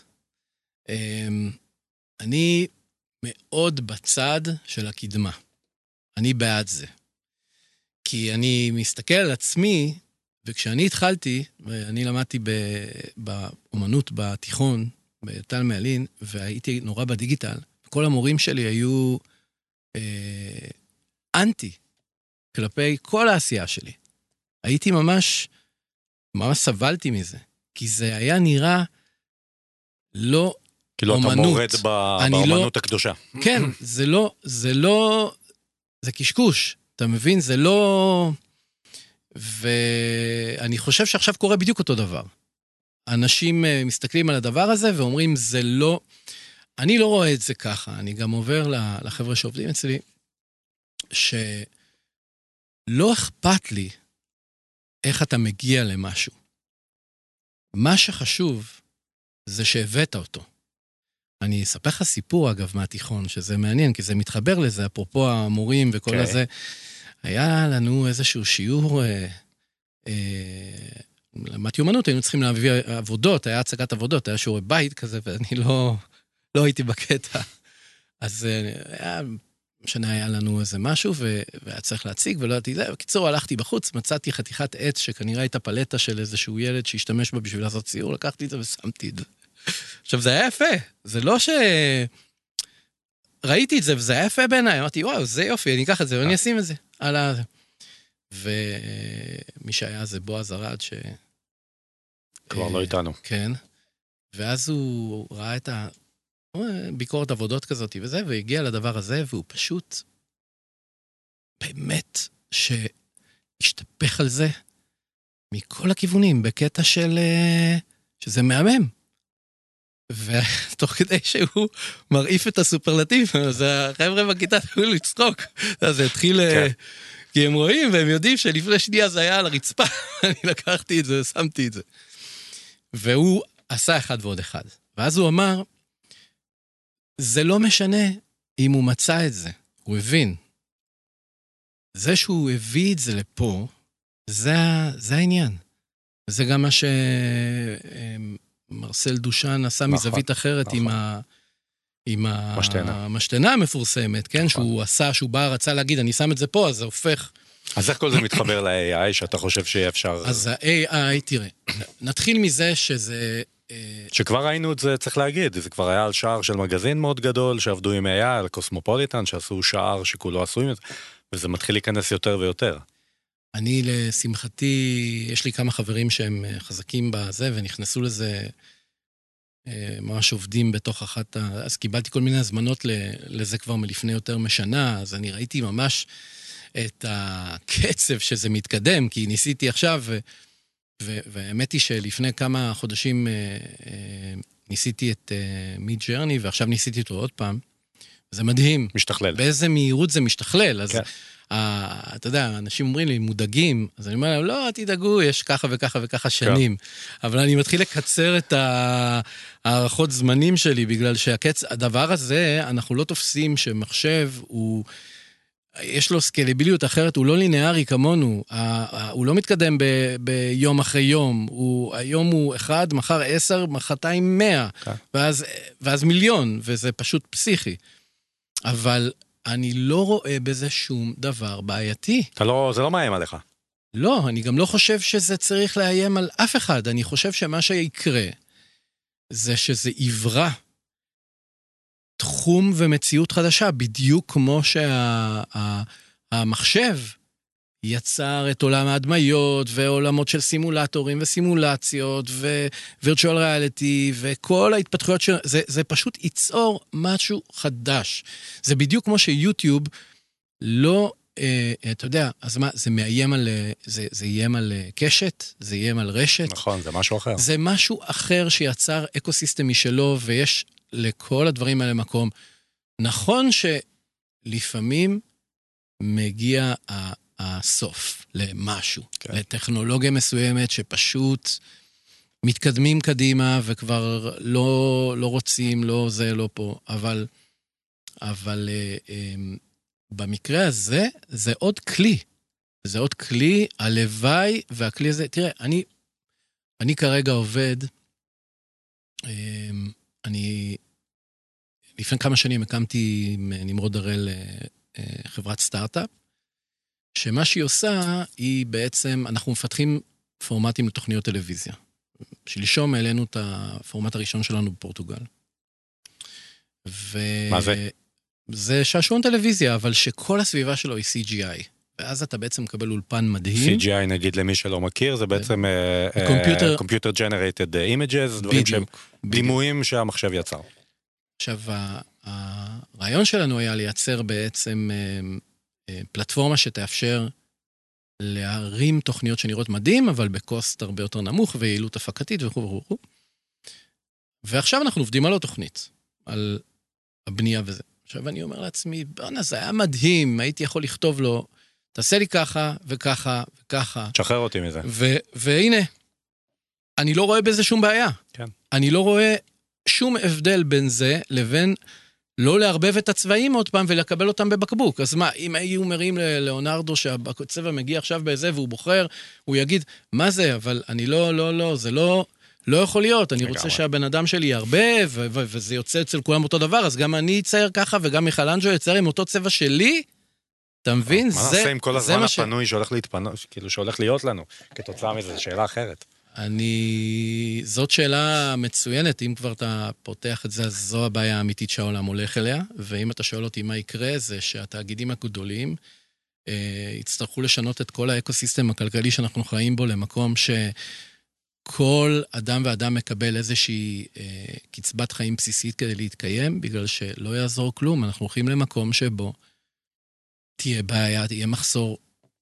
אני מאוד בצד של הקדמה. אני בעד זה. כי אני מסתכל על עצמי, וכשאני התחלתי, ואני למדתי באומנות בתיכון, בתל מעלין, והייתי נורא בדיגיטל, כל המורים שלי היו אה, אנטי, כלפי כל העשייה שלי. הייתי ממש, ממש סבלתי מזה, כי זה היה נראה לא כאילו אומנות. אתה מורד באומנות לא, הקדושה. כן, זה לא, זה לא, זה קשקוש, אתה מבין? זה לא, ואני חושב שעכשיו קורה בדיוק אותו דבר. אנשים מסתכלים על הדבר הזה ואומרים, זה לא, אני לא רואה את זה ככה, אני גם עובר לחבר'ה שעובדים אצלי, שלא אכפת לי איך אתה מגיע למשהו. מה שחשוב זה שהבאת אותו. אני אספר לך סיפור, אגב, מהתיכון, שזה מעניין, כי זה מתחבר לזה, אפרופו המורים וכל okay. הזה. היה לנו איזשהו שיעור, אה, אה, למדתי אומנות, היינו צריכים להביא עבודות, היה הצגת עבודות, היה שיעורי בית כזה, ואני לא, לא הייתי בקטע. אז היה, משנה היה לנו איזה משהו, והיה צריך להציג, ולא ידעתי, בקיצור, הלכתי בחוץ, מצאתי חתיכת עץ, שכנראה הייתה פלטה של איזשהו ילד שהשתמש בה בשביל לעשות ציור, לקחתי את זה ושמתי את זה. עכשיו, זה היה יפה, זה לא ש... ראיתי את זה, וזה היה יפה בעיניי, אמרתי, וואו, זה יופי, אני אקח את זה, ואני אשים את זה. על ה... ומי שהיה זה בועז ארד, ש... כבר לא איתנו. כן. ואז הוא ראה את ה... ביקורת עבודות כזאת וזה, והגיע לדבר הזה, והוא פשוט באמת שהשתפך על זה מכל הכיוונים, בקטע של... שזה מהמם. ותוך כדי שהוא מרעיף את הסופרלטיב, אז החבר'ה בכיתה תחילו לצחוק. אז זה התחיל... כי הם רואים והם יודעים שלפני שנייה זה היה על הרצפה. אני לקחתי את זה ושמתי את זה. והוא עשה אחד ועוד אחד. ואז הוא אמר, זה לא משנה אם הוא מצא את זה. הוא הבין. זה שהוא הביא את זה לפה, זה, זה העניין. זה גם מה שמרסל דושן עשה מזווית אחרת עם ה... עם המשתנה המפורסמת, כן? שהוא עשה, שהוא בא, רצה להגיד, אני שם את זה פה, אז זה הופך... אז איך כל זה מתחבר ל-איי איי, שאתה חושב שיהיה אפשר... אז ה-איי איי, תראה, נתחיל מזה שזה... שכבר ראינו את זה, צריך להגיד, זה כבר היה על שער של מגזין מאוד גדול, שעבדו עם איי איי, על קוסמופוליטן, שעשו שער שכולו עשו עם זה, וזה מתחיל להיכנס יותר ויותר. אני, לשמחתי, יש לי כמה חברים שהם חזקים בזה, ונכנסו לזה... ממש עובדים בתוך אחת ה... אז קיבלתי כל מיני הזמנות לזה כבר מלפני יותר משנה, אז אני ראיתי ממש את הקצב שזה מתקדם, כי ניסיתי עכשיו, ו... ו... והאמת היא שלפני כמה חודשים ניסיתי את מיד ג'רני, ועכשיו ניסיתי אותו עוד פעם. זה מדהים. משתכלל. באיזה מהירות זה משתכלל, אז... כן. Uh, אתה יודע, אנשים אומרים לי, מודאגים, אז אני אומר להם, לא, תדאגו, יש ככה וככה וככה שנים. אבל אני מתחיל לקצר את הערכות זמנים שלי, בגלל שהדבר הזה, אנחנו לא תופסים שמחשב הוא, יש לו סקלביליות אחרת, הוא לא לינארי כמונו, הוא לא מתקדם ב- ביום אחרי יום, הוא, היום הוא אחד, מחר עשר, מחרתיים מאה, ואז, ואז מיליון, וזה פשוט פסיכי. אבל... אני לא רואה בזה שום דבר בעייתי. אתה לא, זה לא מאיים עליך. לא, אני גם לא חושב שזה צריך לאיים על אף אחד. אני חושב שמה שיקרה, זה שזה עברה תחום ומציאות חדשה, בדיוק כמו שהמחשב יצר את עולם ההדמיות, ועולמות של סימולטורים וסימולציות, ווירטואל ריאליטי, וכל ההתפתחויות של... זה, זה פשוט ייצור משהו חדש. זה בדיוק כמו שיוטיוב לא אה, אתה יודע, אז מה, זה מאיים על, זה, זה איים על קשת, זה איים על רשת. נכון, זה משהו אחר. זה משהו אחר שיצר אקוסיסטם משלו, ויש לכל הדברים האלה מקום. נכון שלפעמים מגיע הסוף למשהו, כן. לטכנולוגיה מסוימת שפשוט מתקדמים קדימה, וכבר לא, לא רוצים, לא זה, לא פה, אבל, אבל אה, אה, במקרה הזה, זה עוד כלי. זה עוד כלי, הלוואי, והכלי הזה, תראה, אני, אני כרגע עובד, אני, לפני כמה שנים הקמתי עם נמרוד הראל חברת סטארט-אפ, שמה שהיא עושה, היא בעצם, אנחנו מפתחים פורמטים לתוכניות טלוויזיה. שלשום העלינו את הפורמט הראשון שלנו בפורטוגל. ו... מה זה? זה שעשועון טלוויזיה, אבל שכל הסביבה שלו היא סי ג'י איי. ואז אתה בעצם מקבל אולפן מדהים. סי ג'י איי, נגיד למי שלא מכיר, זה בעצם Computer Generated Images, דברים שהם דימויים שהמחשב יצר. עכשיו, הרעיון שלנו היה לייצר בעצם פלטפורמה שתאפשר להרים תוכניות שנראות מדהים, אבל בקוסט הרבה יותר נמוך, ויעילות הפקתית וכו' וכו' וכו'. ועכשיו אנחנו עובדים על התוכנית, על הבנייה וזה. עכשיו אני אומר לעצמי, בוא'נה, זה היה מדהים, הייתי יכול לכתוב לו, תעשה לי ככה וככה וככה. תשחרר אותי מזה. ו- והנה, אני לא רואה בזה שום בעיה. כן. אני לא רואה שום הבדל בין זה לבין לא לערבב את הצבעים עוד פעם ולקבל אותם בבקבוק. אז מה, אם היו מראים ללאונרדו שהצבע מגיע עכשיו באיזה והוא בוחר, הוא יגיד, מה זה? אבל אני לא, לא, לא, זה לא, לא יכול להיות. אני רוצה שהבן אדם שלי ירבה, ו- ו- וזה יוצא אצל כולם אותו דבר, אז גם אני אצייר ככה, וגם מיכלנג'לו יצייר עם אותו צבע שלי. אתה מבין? מה נעשה עם כל הזמן הפנוי שהולך להתפנות, כאילו שהולך להיות לנו, כתוצאה מזה, זו שאלה אחרת. אני... זאת שאלה מצוינת, אם כבר אתה פותח את זה, אז זו הבעיה האמיתית שהעולם הולך אליה, ואם אתה שואל אותי מה יקרה, זה שהתאגידים הגדולים אה, יצטרכו לשנות את כל האקוסיסטם הכלכלי שאנחנו חיים בו, למקום שכל אדם ואדם מקבל איזושהי אה, קצבת חיים בסיסית כדי להתקיים, בגלל שלא יעזור כלום, אנחנו הולכים למקום שבו תהיה בעיה, תהיה מחסור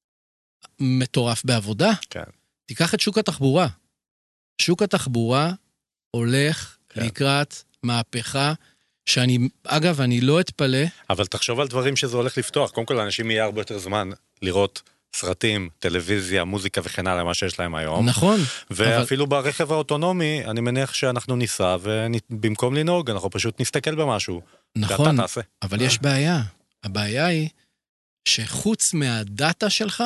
מטורף בעבודה. כן. תיקח את שוק התחבורה. שוק התחבורה הולך כן. לקראת מהפכה, שאני, אגב, אני לא אתפלא. אבל תחשוב על דברים שזה הולך לפתוח. קודם כל, לאנשים יהיה הרבה יותר זמן לראות סרטים, טלוויזיה, מוזיקה וכן הלאה, מה שיש להם היום. נכון. ואפילו אבל... ברכב האוטונומי, אני מניח שאנחנו ניסע, ובמקום לנהוג, אנחנו פשוט נסתכל במשהו. נכון, ואתה תעשה. אבל יש בעיה. הבעיה היא שחוץ מהדאטה שלך,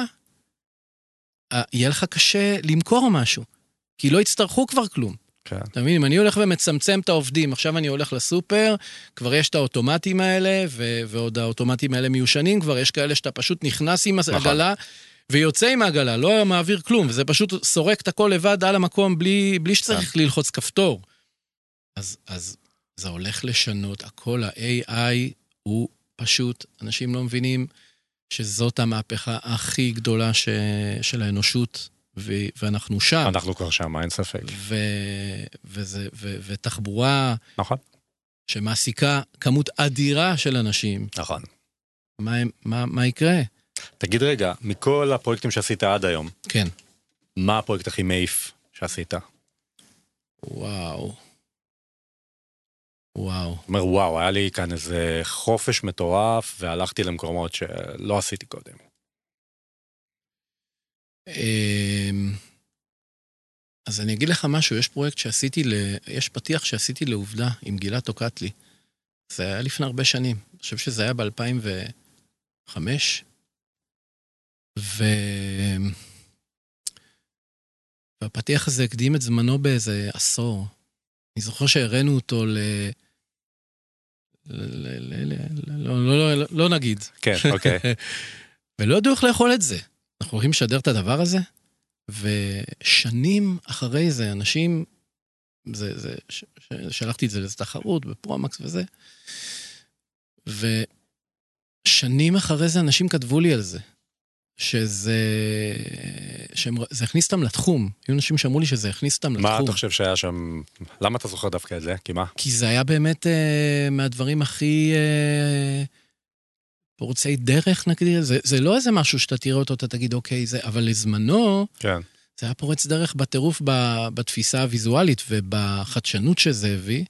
יהיה לך קשה למכור משהו, כי לא יצטרכו כבר כלום. כן. אתה מבין, אם אני הולך ומצמצם את העובדים, עכשיו אני הולך לסופר, כבר יש את האוטומטים האלה, ו- ועוד האוטומטים האלה מיושנים, כבר יש כאלה שאתה פשוט נכנס עם העגלה, ויוצא עם העגלה, לא מעביר כלום, וזה פשוט סורק את הכל לבד על המקום, בלי, בלי שצריך כן. ללחוץ כפתור. אז, אז זה הולך לשנות, הכל ה-איי איי הוא פשוט, אנשים לא מבינים, שזאת המהפכה הכי גדולה ש... של האנושות, ו... ואנחנו שם. אנחנו כבר שם, אין ספק. ו... וזה... ו... ותחבורה... נכון. שמעסיקה כמות אדירה של אנשים. נכון. מה, מה, מה יקרה? תגיד רגע, מכל הפרויקטים שעשית עד היום, כן. מה הפרויקט הכי מעיף שעשית? וואו. וואו. אומר, וואו, היה לי כאן איזה חופש מטורף, והלכתי למקומות שלא עשיתי קודם. אז אני אגיד לך משהו, יש פרויקט שעשיתי, יש פתיח שעשיתי לעובדה עם גילת אוקטלי. זה היה לפני הרבה שנים. אני חושב שזה היה ב-אלפיים וחמש. ו... והפתיח הזה הקדים את זמנו באיזה עשור. אני זוכר שהראינו אותו ל... לא נגיד. כן, אוקיי. ולא ידעו איך לאכול את זה. אנחנו הולכים לשדר את הדבר הזה, ושנים אחרי זה, אנשים, שלחתי את זה לאיזו תחרות, בפרומקס וזה, ושנים אחרי זה אנשים כתבו לי על זה, שזה, זה הכניס אותם לתחום. היו אנשים שאמרו לי שזה הכניס אותם לתחום. מה אתה חושב שהיה שם? למה אתה זוכר דווקא את זה? כי מה? כי זה היה באמת uh, מהדברים הכי uh, פורצי דרך נגדיר, זה, זה לא איזה משהו שאתה תראה אותו, אתה תגיד, אוקיי, זה, אבל לזמנו, כן. זה היה פורץ דרך בטירוף בתפיסה הוויזואלית ובחדשנות שזה הביא.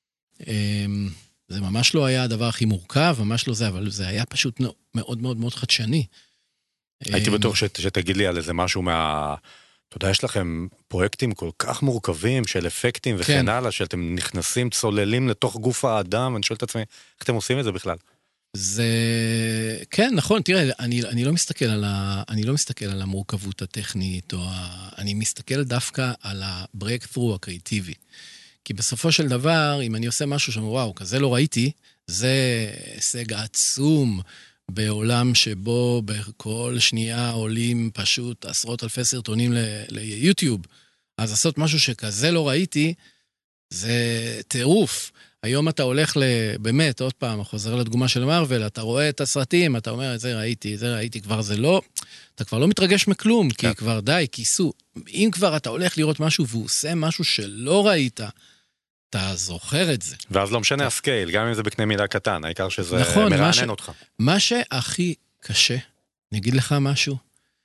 זה ממש לא היה הדבר הכי מורכב, ממש לא זה, אבל זה היה פשוט מאוד מאוד מאוד חדשני. הייתי בטוח שתגיד לי על איזה משהו מה... אתה יודע, יש לכם פרויקטים כל כך מורכבים של אפקטים וכן הלאה, שאתם נכנסים, צוללים לתוך גוף האדם, אני שואל את עצמי, איך אתם עושים את זה בכלל? זה... כן, נכון, תראה, אני, אני לא מסתכל על ה... אני לא מסתכל על המורכבות הטכנית, או ה... אני מסתכל דווקא על ה-breakthrough הקריאטיבי. כי בסופו של דבר, אם אני עושה משהו שאומר, וואו, כזה לא ראיתי, זה הישג עצום בעולם שבו בכל שנייה עולים פשוט עשרות אלפי סרטונים ליוטיוב. אז לעשות משהו שכזה לא ראיתי, זה טירוף. היום אתה הולך באמת, עוד פעם, חוזר לדוגמה של מרוול, אתה רואה את הסרטים, אתה אומר, זה ראיתי, זה ראיתי, כבר זה לא, אתה כבר לא מתרגש מכלום, כי כן. כבר די, כיסו. אם כבר אתה הולך לראות משהו והוא עושה משהו שלא ראית, אתה זוכר את זה. ואז לא משנה הסקייל, גם אם זה בקנה מידה קטן, העיקר שזה נכון, מרענן מה ש... אותך. מה שהכי קשה, אני אגיד לך משהו,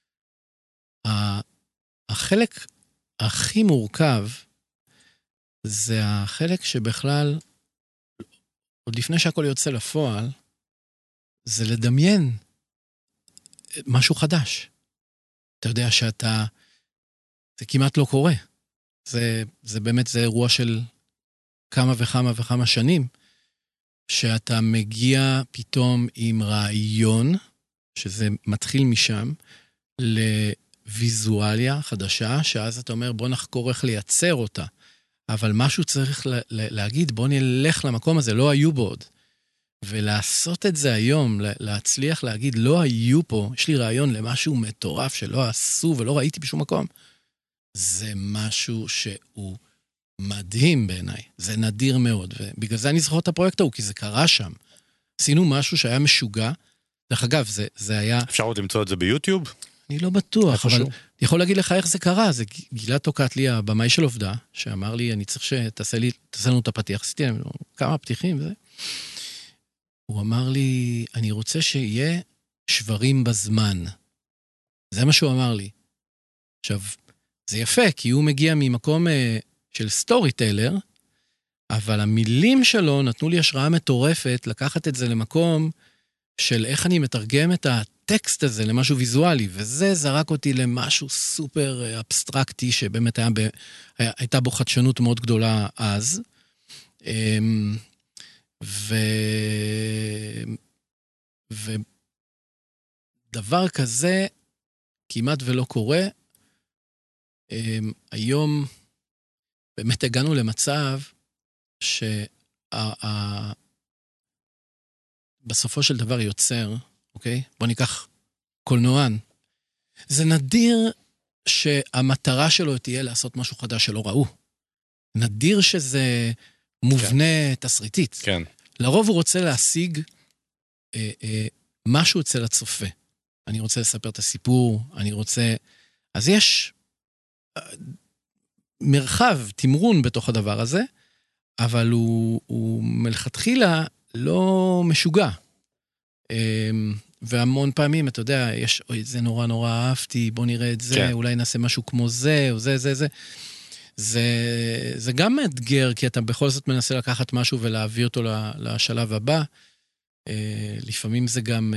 החלק הכי מורכב, זה החלק שבכלל, עוד לפני שהכל יוצא לפועל, זה לדמיין משהו חדש. אתה יודע שאתה, זה כמעט לא קורה. זה, זה באמת, זה אירוע של כמה וכמה וכמה שנים, שאתה מגיע פתאום עם רעיון, שזה מתחיל משם, לוויזואליה חדשה, שאז אתה אומר, בוא נחקור איך לייצר אותה. אבל משהו צריך להגיד, בוא נלך למקום הזה, לא היו בו עוד. ולעשות את זה היום, להצליח להגיד, לא היו פה, יש לי רעיון למשהו מטורף שלא עשו ולא ראיתי בשום מקום. זה משהו שהוא מדהים בעיניי, זה נדיר מאוד, ובגלל זה אני זוכר את הפרויקט ההוא, כי זה קרה שם. עשינו משהו שהיה משוגע, דרך אגב, זה, זה היה... אפשר עוד למצוא את זה ביוטיוב? אני לא בטוח, אבל שהוא? אני יכול להגיד לך איך זה קרה, זה גילה תוקעת לי, הבמאי של עובדה, שאמר לי, אני צריך שתעשה לי, תעשה לנו את הפתיח, עשיתי להם כמה פתיחים, וזה. הוא אמר לי, אני רוצה שיהיה שברים בזמן. זה מה שהוא אמר לי. עכשיו, זה יפה, כי הוא מגיע ממקום אה, של סטורי טיילר, אבל המילים שלו נתנו לי השראה מטורפת, לקחת את זה למקום של איך אני מתרגם את הטקסט הזה למשהו ויזואלי, וזה זרק אותי למשהו סופר אבסטרקטי, שבאמת היה ב, היה, הייתה בו חדשנות מאוד גדולה אז. ו... ודבר כזה כמעט ולא קורה. היום באמת הגענו למצב שה... בסופו של דבר יוצר, אוקיי? בוא ניקח קולנוען. זה נדיר שהמטרה שלו תהיה לעשות משהו חדש שלא ראו. נדיר שזה מובנה כן. תסריטית. כן. לרוב הוא רוצה להשיג אה, אה, משהו אצל הצופה. אני רוצה לספר את הסיפור, אני רוצה... אז יש אה, מרחב, תמרון בתוך הדבר הזה, אבל הוא, הוא מלכתחילה לא משוגע. והמון פעמים, אתה יודע, יש, אוי, זה נורא נורא אהבתי, בוא נראה את זה, כן. אולי נעשה משהו כמו זה, או זה, זה, זה. זה, זה גם מאתגר, כי אתה בכל זאת מנסה לקחת משהו ולהביא אותו לשלב הבא. לפעמים זה גם,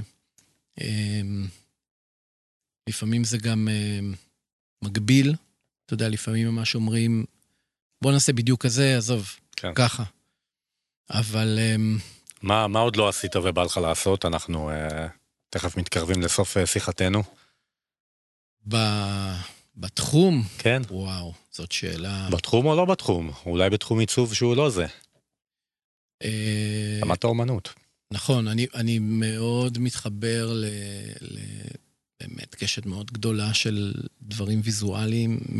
לפעמים זה גם מגביל. אתה יודע, לפעמים ממש אומרים, בוא נעשה בדיוק כזה, עזוב, כן. ככה. אבל... מה, מה עוד לא עשית ובא לך לעשות? אנחנו אה, תכף מתקרבים לסוף אה, שיחתנו. ב... בתחום? כן. וואו, זאת שאלה... בתחום או לא בתחום? אולי בתחום עיצוב שהוא לא זה. אה... רמת האומנות. נכון, אני, אני מאוד מתחבר ל... ל... באמת קשת מאוד גדולה של דברים ויזואליים. מ...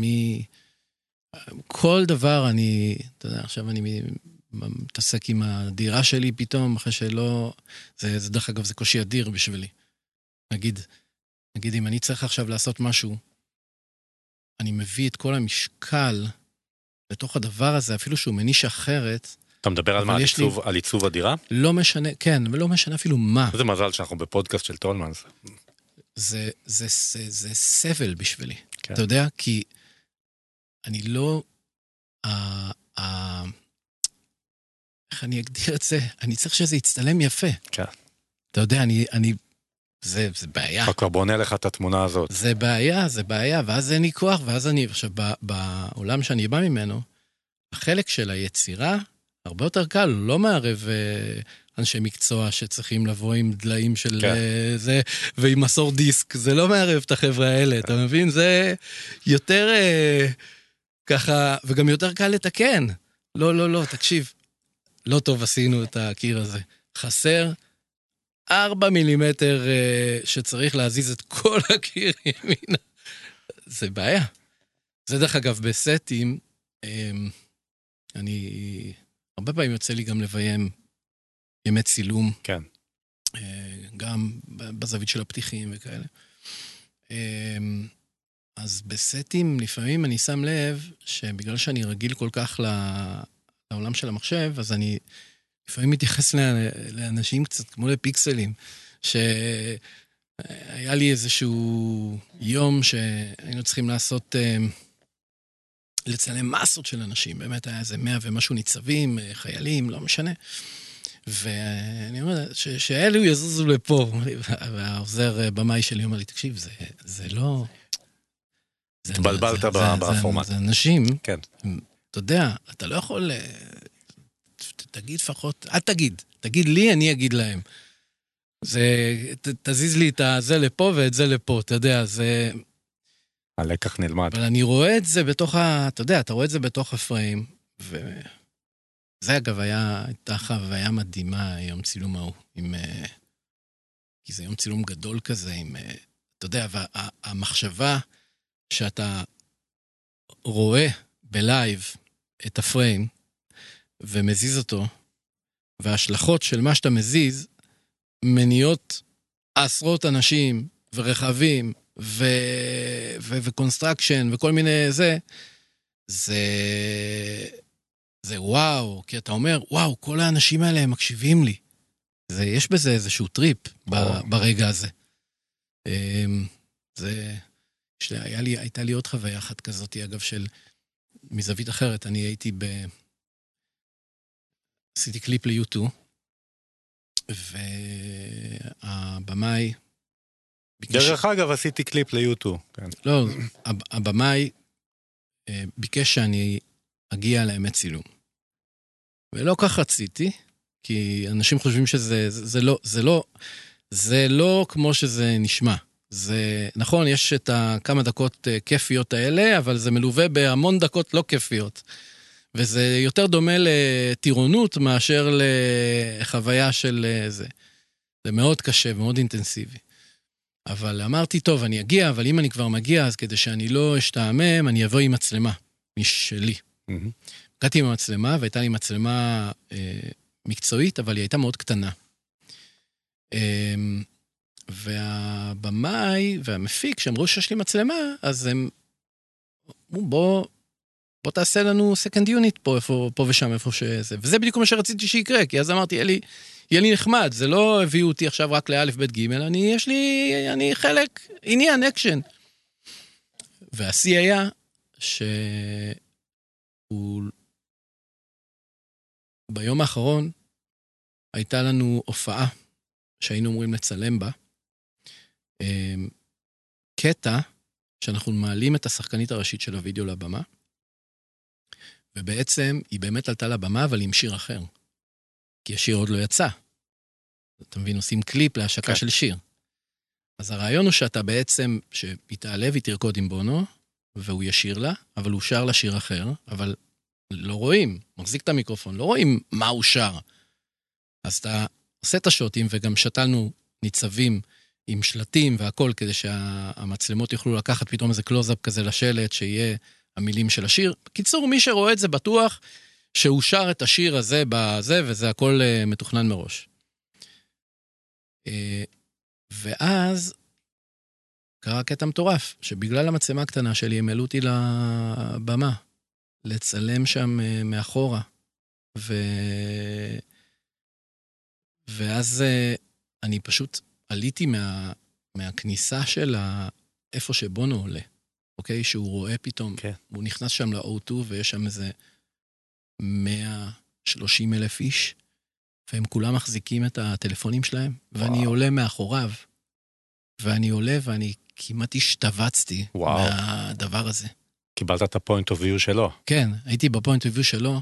כל דבר אני... אתה יודע, עכשיו אני... מתעסק עם הדירה שלי פתאום, אחרי שלא... זה, זה דרך אגב, זה קושי אדיר בשבילי. נגיד, נגיד, אם אני צריך עכשיו לעשות משהו, אני מביא את כל המשקל לתוך הדבר הזה, אפילו שהוא מניש אחרת. אתה מדבר על מה? עיצוב, על עיצוב הדירה? לא משנה, כן, ולא משנה אפילו מה. איזה מזל שאנחנו בפודקאסט של טולמנס. זה, זה, זה, זה סבל בשבילי. כן. אתה יודע, כי אני לא, אה, אה, איך אני אגדיר את זה? אני צריך שזה יצטלם יפה. כן. אתה יודע, אני, אני, זה, זה בעיה. אתה כבר בונה לך את התמונה הזאת. זה בעיה, זה בעיה, ואז אין לי כוח, ואז אני, עכשיו, בעולם שאני בא ממנו, החלק של היצירה, הרבה יותר קל, לא מערב אה, אנשי מקצוע שצריכים לבוא עם דליים של כן. אה, זה, ועם מסור דיסק, זה לא מערב את החבר'ה האלה, כן. אתה מבין? זה יותר אה, ככה, וגם יותר קל לתקן. לא, לא, לא, תקשיב, לא טוב עשינו את הקיר הזה. חסר ארבע מילימטר אה, שצריך להזיז את כל הקיר ימינה. זה בעיה. זה דרך אגב בסטים, אה, אני, הרבה פעמים יוצא לי גם לביים ימי צילום. כן. גם בזווית של הפתיחים וכאלה. אז בסטים, לפעמים אני שם לב שבגלל שאני רגיל כל כך לעולם של המחשב, אז אני לפעמים מתייחס לאנשים קצת כמו לפיקסלים, שהיה לי איזשהו יום שהיינו צריכים לעשות... לצלם מסות של אנשים, באמת היה איזה מאה ומשהו ניצבים, חיילים, לא משנה. ואני אומר, שאלו יזוזו לפה, והעוזר במאי שלי אומר לי, תקשיב, זה, זה לא... התבלבלת בפורמט. זה אנשים, כן. אתה יודע, אתה לא יכול... תגיד לפחות, אל תגיד, תגיד לי, אני אגיד להם. זה, תזיז לי את זה לפה ואת זה לפה, אתה יודע, זה... הלקח נלמד. אבל אני רואה את זה בתוך ה... אתה יודע, אתה רואה את זה בתוך הפריים, וזה אגב היה, הייתה חוויה מדהימה, יום צילום ההוא, עם... כי זה יום צילום גדול כזה, עם... אתה יודע, והמחשבה שאתה רואה בלייב את הפריים, ומזיז אותו, וההשלכות של מה שאתה מזיז, מניעות עשרות אנשים ורכבים, ו... ו... וקונסטרקשן וכל מיני זה, זה... זה וואו, כי אתה אומר, וואו, כל האנשים האלה הם מקשיבים לי. זה, יש בזה איזשהו טריפ ב... ברגע הזה. זה... היה לי, הייתה לי עוד חוויה אחת כזאת, אגב, של מזווית אחרת. אני הייתי ב... עשיתי קליפ ליוטו, והבמאי... דרך אגב, עשיתי קליפ ליוטו. לא, הבמאי ביקש שאני אגיע לאמת צילום. ולא כך רציתי, כי אנשים חושבים שזה זה לא, זה לא, זה לא כמו שזה נשמע. זה, נכון, יש את הכמה דקות כיפיות האלה, אבל זה מלווה בהמון דקות לא כיפיות. וזה יותר דומה לטירונות מאשר לחוויה של זה. זה מאוד קשה, מאוד אינטנסיבי. אבל אמרתי, טוב, אני אגיע, אבל אם אני כבר מגיע, אז כדי שאני לא אשתעמם, אני אבוא עם מצלמה, משלי. הגעתי עם המצלמה, והייתה לי מצלמה אה, מקצועית, אבל היא הייתה מאוד קטנה. אה, והבמאי והמפיק, שאמרו שיש לי מצלמה, אז הם, בוא, בוא תעשה לנו second unit פה, איפה, פה ושם, איפה שזה. וזה בדיוק מה שרציתי שיקרה, כי אז אמרתי, אלי, יהיה לי נחמד, זה לא הביאו אותי עכשיו רק לאלף בית ג', אני, יש לי, אני חלק, עניין, אקשן. והשיא היה שהוא, ביום האחרון, הייתה לנו הופעה שהיינו אומרים לצלם בה, קטע שאנחנו מעלים את השחקנית הראשית של הוידאו לבמה, ובעצם היא באמת עלתה לבמה, אבל עם שיר אחר. כי השיר עוד לא יצא. אתה מבין, עושים קליפ להשקה כן. של שיר. אז הרעיון הוא שאתה בעצם, שהיא תעלה והיא תרקוד עם בונו, והוא ישיר לה, אבל הוא שר לה שיר אחר, אבל לא רואים, מחזיק את המיקרופון, לא רואים מה הוא שר. אז אתה עושה את השוטים, וגם שתלנו ניצבים עם שלטים והכל, כדי שהמצלמות יוכלו לקחת פתאום איזה קלוז-אפ כזה לשלט, שיהיה המילים של השיר. בקיצור, מי שרואה את זה בטוח, שהוא שר את השיר הזה בזה, וזה הכל מתוכנן מראש. ואז קרה קטע מטורף, שבגלל המצלמה הקטנה שלי, הם העלו אותי לבמה, לצלם שם מאחורה, ו... ואז אני פשוט עליתי מה... מהכניסה של ה... איפה שבונו עולה, אוקיי? שהוא רואה פתאום, כן. הוא נכנס שם ל-או טו ויש שם איזה מאה ושלושים אלף איש, והם כולם מחזיקים את הטלפונים שלהם, ואני וואו. עולה מאחוריו, ואני עולה ואני כמעט השתבצתי וואו. מהדבר הזה. קיבלת את הפוינט אוף ויו שלו. כן, הייתי בפוינט אוף ויו שלו,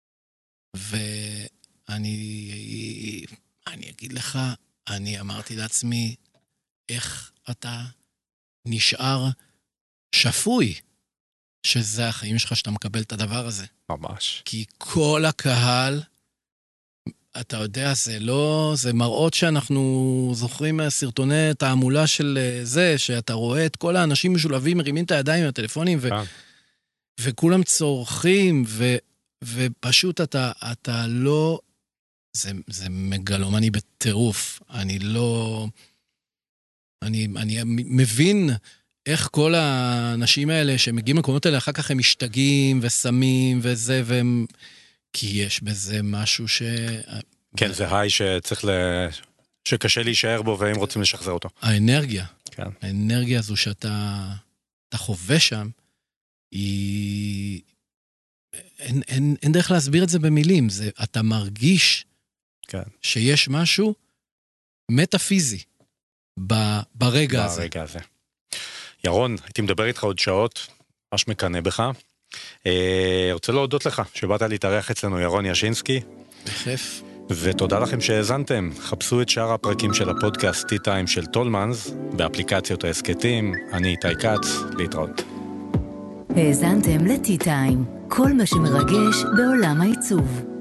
ואני אני אגיד לך, אני אמרתי לעצמי, איך אתה נשאר שפוי, שזה החיים שלך שאתה מקבל את הדבר הזה. ממש. כי כל הקהל, אתה יודע, זה לא, זה מראות שאנחנו זוכרים מהסרטוני תעמולה של זה, שאתה רואה את כל האנשים משולבים, מרימים את הידיים מהטלפונים, ו, וכולם צורכים, ו, ופשוט אתה, אתה לא, זה, זה מגלומני בטירוף. אני לא, אני, אני מבין איך כל האנשים האלה שמגיעים למקומות האלה, אחר כך הם משתגעים ושמים וזה, והם, כי יש בזה משהו ש... כן, זה היי שצריך ל... שקשה להישאר בו, והם רוצים לשחזר אותו. האנרגיה. כן. האנרגיה הזו שאתה אתה חווה שם, היא... אין, אין, אין דרך להסביר את זה במילים. זה, אתה מרגיש כן. שיש משהו מטאפיזי ב, ברגע הזה. ברגע הזה. ירון, הייתי מדבר איתך עוד שעות, ממש מקנה בך. אה, רוצה להודות לך שבאת להתארח אצלנו, ירון ישינסקי. בכיף. ותודה לכם שהאזנתם. חפשו את שאר הפרקים של הפודקאסט Tea Time של טולמנס, באפליקציות העסקתים. אני איתי קץ, להתראות. האזנתם ל-Tea Time, כל מה שמרגש בעולם העיצוב.